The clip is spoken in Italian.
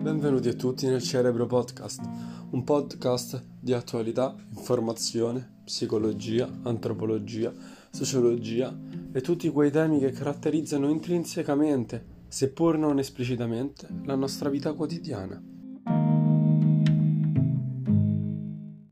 Benvenuti a tutti nel Cerebro Podcast, un podcast di attualità, informazione, psicologia, antropologia, sociologia e tutti quei temi che caratterizzano intrinsecamente, seppur non esplicitamente, la nostra vita quotidiana.